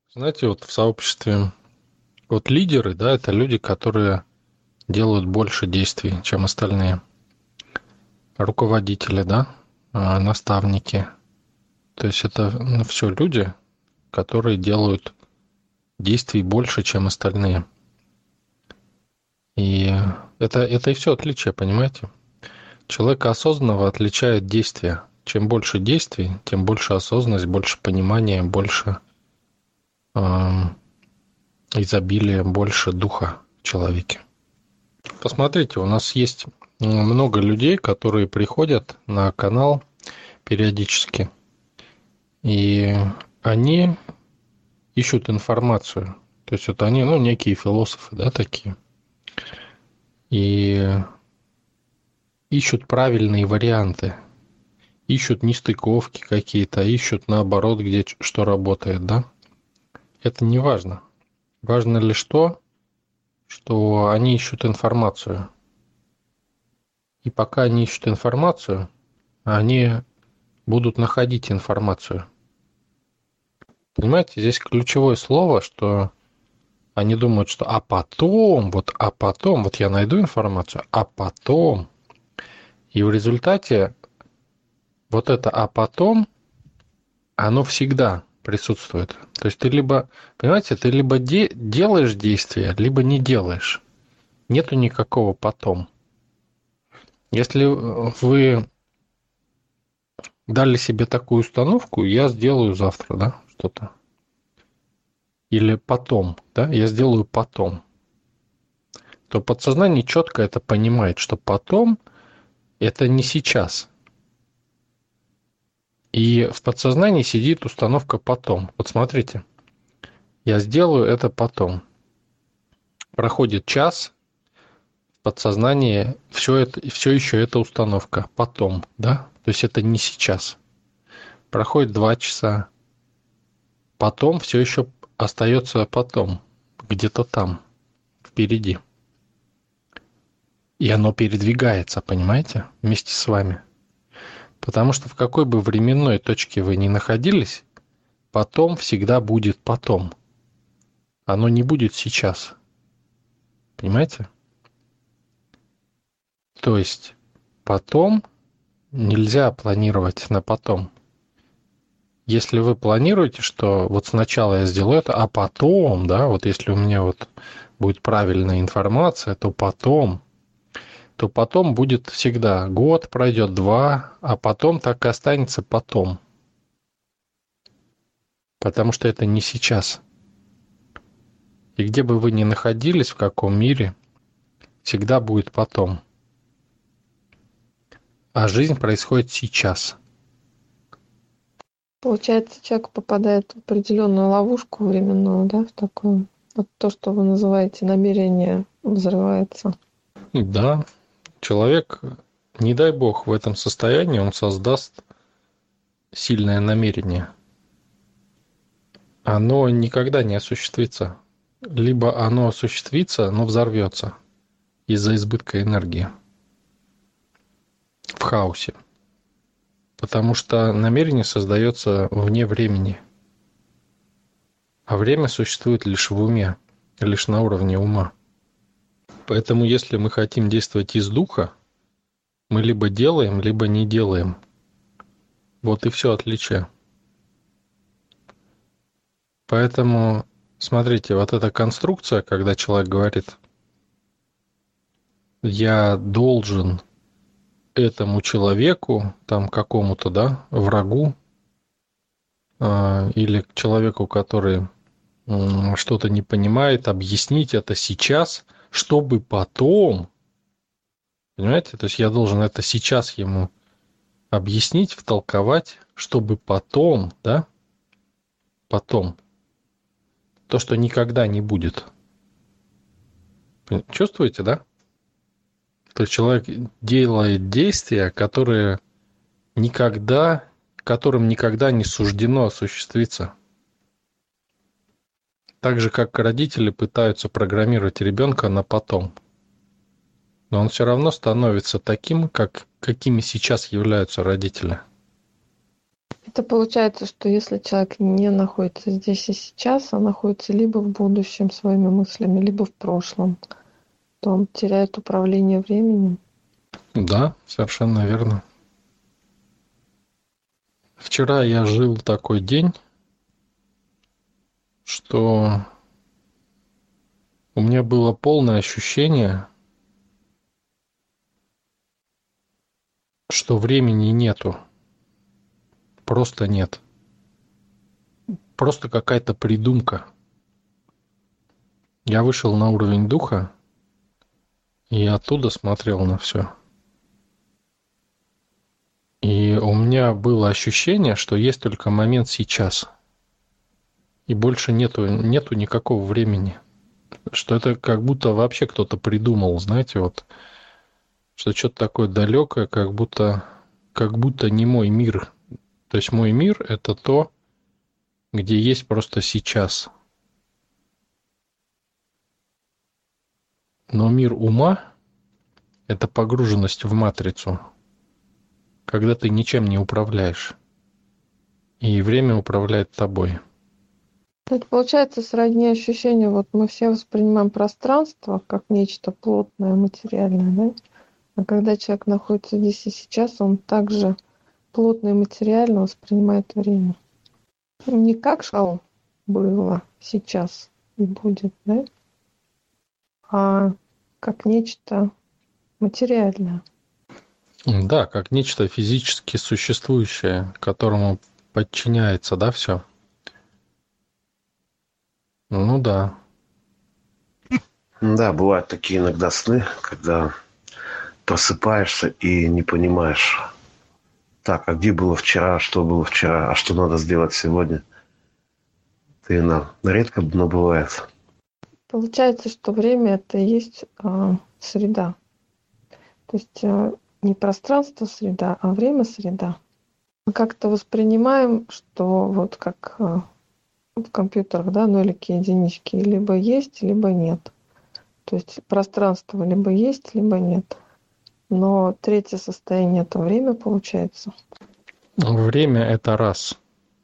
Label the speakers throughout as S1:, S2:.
S1: Знаете, вот в сообществе, вот лидеры, да, это люди, которые делают больше действий, чем остальные. Руководители, да, наставники. То есть это все люди, которые делают действий больше, чем остальные. И это и все отличие, понимаете? Человека осознанного отличает действия. Чем больше действий, тем больше осознанность, больше понимания, больше эм, изобилия, больше духа в человеке. Посмотрите, у нас есть много людей, которые приходят на канал периодически, и они ищут информацию. То есть вот они, некие философы, да, такие, и ищут правильные варианты, ищут нестыковки какие-то, ищут наоборот, где что работает, да. Это не важно. Важно лишь то, что они ищут информацию. И пока они ищут информацию, они будут находить информацию. Понимаете, здесь ключевое слово, что они думают, что а потом, вот я найду информацию, а потом. И в результате вот это а потом, оно всегда присутствует. То есть ты либо, понимаете, ты либо делаешь действие, либо не делаешь. Нету никакого потом. Если вы дали себе такую установку, я сделаю завтра, да, что-то. Или потом, да, я сделаю потом. То подсознание четко это понимает, что потом это не сейчас. И в подсознании сидит установка потом. Вот смотрите, я сделаю это потом. Проходит час, в подсознании все еще это установка потом, да? То есть это не сейчас. Проходит 2 часа, потом все еще остается потом, где-то там, впереди. И оно передвигается, понимаете, вместе с вами. Потому что в какой бы временной точке вы ни находились, потом всегда будет потом. Оно не будет сейчас. Понимаете? То есть потом нельзя планировать на потом. Если вы планируете, что вот сначала я сделаю это, а потом, да, вот если у меня вот будет правильная информация, то потом будет всегда год, пройдет 2, а потом так и останется потом. Потому что это не сейчас. И где бы вы ни находились, в каком мире, всегда будет потом. А жизнь происходит сейчас.
S2: Получается, человек попадает в определенную ловушку временную, да, в такую. Вот то, что вы называете намерение, взрывается.
S1: Да, человек, не дай бог, в этом состоянии он создаст сильное намерение. Оно никогда не осуществится. Либо оно осуществится, но взорвется из-за избытка энергии в хаосе. Потому что намерение создается вне времени. А время существует лишь в уме, лишь на уровне ума. Поэтому если мы хотим действовать из духа, мы либо делаем, либо не делаем. Вот и все отличие. Поэтому, смотрите, вот эта конструкция, когда человек говорит, я должен этому человеку, там какому-то, да, врагу, или к человеку, который что-то не понимает, объяснить это сейчас, чтобы потом, понимаете, то есть я должен это сейчас ему объяснить, втолковать, чтобы потом, да, потом, то, что никогда не будет. Чувствуете, да? То есть человек делает действия, которым никогда не суждено осуществиться. Так же, как родители пытаются программировать ребенка на потом. Но он все равно становится таким, какими сейчас являются родители.
S2: Это получается, что если человек не находится здесь и сейчас, а находится либо в будущем своими мыслями, либо в прошлом, то он теряет управление временем.
S1: Да, совершенно верно. Вчера я жил такой день, что у меня было полное ощущение, что времени нету. Просто нет. Просто какая-то придумка. Я вышел на уровень духа и оттуда смотрел на все. И у меня было ощущение, что есть только момент сейчас. И больше нету никакого времени. Что это как будто вообще кто-то придумал, знаете, вот, что что-то такое далекое, как будто не мой мир. То есть мой мир — это то, где есть просто сейчас. Но мир ума — это погруженность в матрицу, когда ты ничем не управляешь, и время управляет тобой.
S2: Это получается сродни ощущению, вот мы все воспринимаем пространство как нечто плотное, материальное, да? А когда человек находится здесь и сейчас, он также плотно и материально воспринимает время. Не как что было сейчас и будет, да? А как нечто материальное.
S1: Да, как нечто физически существующее, которому подчиняется, да, все. Ну да.
S3: Да, бывают такие иногда сны, когда просыпаешься и не понимаешь, так, а где было вчера, а что надо сделать сегодня. Редко, но бывает.
S2: Получается, что время это и есть среда. То есть не пространство среда, а время среда. Мы как-то воспринимаем, что вот как в компьютерах, да, нолики, единички, либо есть, либо нет. То есть пространство либо есть, либо нет. Но третье состояние это время получается.
S1: Время — это раз.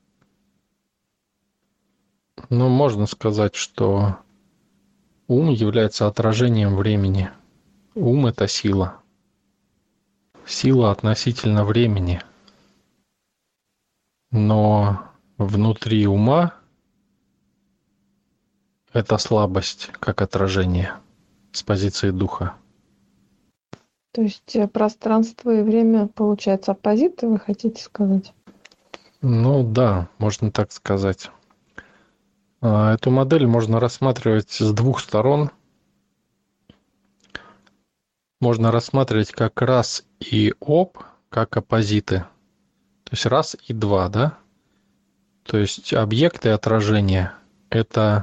S1: Но можно сказать, что ум является отражением времени. Ум — это сила. Сила относительно времени. Но внутри ума это слабость, как отражение с позиции духа.
S2: То есть пространство и время получается оппозиты, вы хотите сказать?
S1: Ну да, можно так сказать. Эту модель можно рассматривать с двух сторон. Можно рассматривать как раз и об, как оппозиты. То есть раз и два, да? То есть объекты отражения — это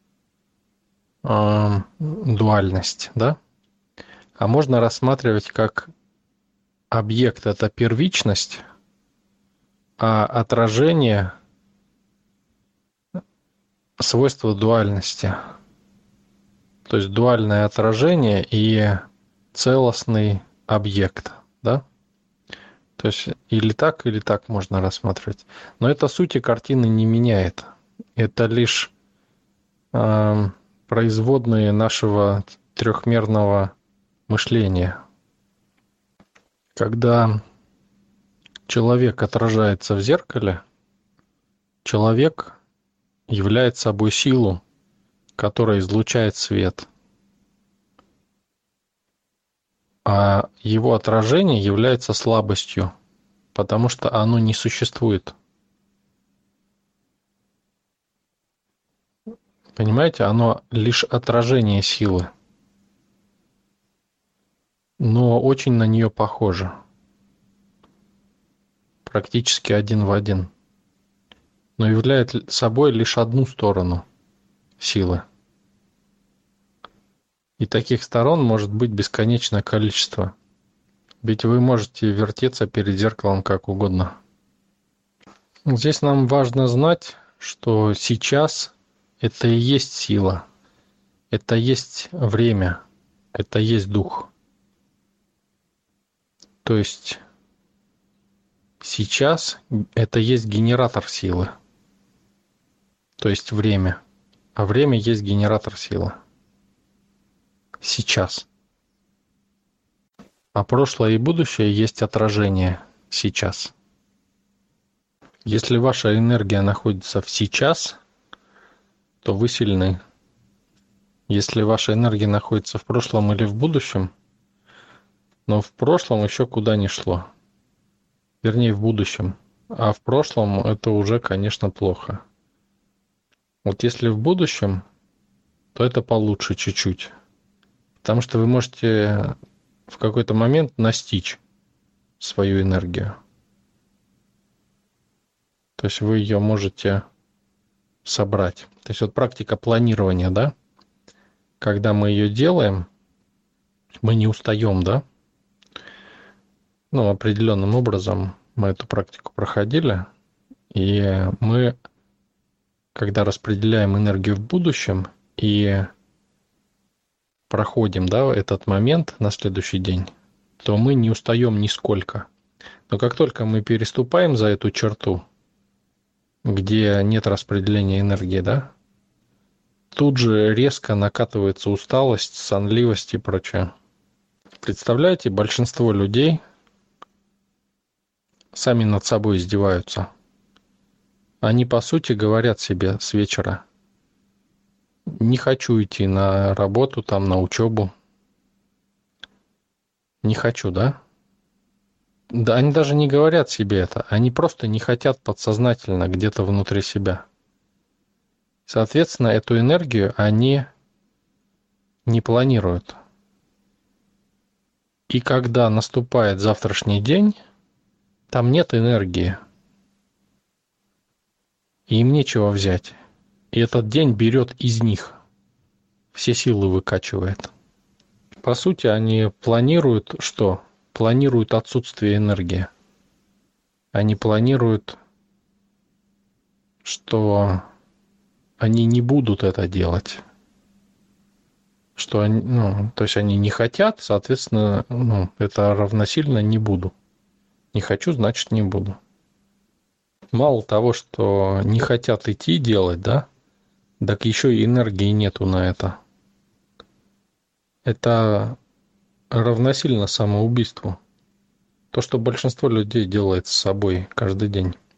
S1: дуальность, да? А можно рассматривать как объект — это первичность, а отражение — свойство дуальности. То есть дуальное отражение и целостный объект, да? То есть или так можно рассматривать. Но это сути картины не меняет. Это лишь производные нашего трехмерного мышления. Когда человек отражается в зеркале, человек является собой силу, которая излучает свет. А его отражение является слабостью, потому что оно не существует. Понимаете, оно лишь отражение силы, но очень на нее похоже. Практически один в один. Но являет собой лишь одну сторону силы. И таких сторон может быть бесконечное количество. Ведь вы можете вертеться перед зеркалом как угодно. Здесь нам важно знать, что сейчас это и есть сила, это есть время, это есть дух. То есть Сейчас это есть генератор силы, то есть время. А время есть генератор силы. Сейчас. А прошлое и будущее есть отражение сейчас. Если ваша энергия находится в сейчас, то вы сильны. Если ваша энергия находится в прошлом или в будущем, но в прошлом еще куда ни шло. Вернее, в будущем. А в прошлом это уже, конечно, плохо. Вот если в будущем, то это получше чуть-чуть. Потому что вы можете в какой-то момент настичь свою энергию. То есть вы ее можете собрать. То есть вот практика планирования, да? Когда мы ее делаем, мы не устаем, да? Ну, определенным образом мы эту практику проходили, и мы, когда распределяем энергию в будущем и проходим, да, этот момент на следующий день, то мы не устаем нисколько. Но как только мы переступаем за эту черту, где нет распределения энергии, да, тут же резко накатывается усталость, сонливость и прочее. Представляете, большинство людей сами над собой издеваются. Они, по сути, говорят себе с вечера: не хочу идти на работу, там, на учебу. Не хочу, да? Да, они даже не говорят себе это. Они просто не хотят подсознательно где-то внутри себя. Соответственно, эту энергию они не планируют. И когда наступает завтрашний день, там нет энергии. И им нечего взять. И этот день берет из них. Все силы выкачивает. По сути, они планируют что? Планируют отсутствие энергии. Они планируют, что они не будут это делать. Что они, то есть они не хотят, соответственно, это равносильно не буду. Не хочу, значит, не буду. Мало того, что не хотят идти делать, да, так еще и энергии нету на это. Это равносильно самоубийству. То, что большинство людей делает с собой каждый день.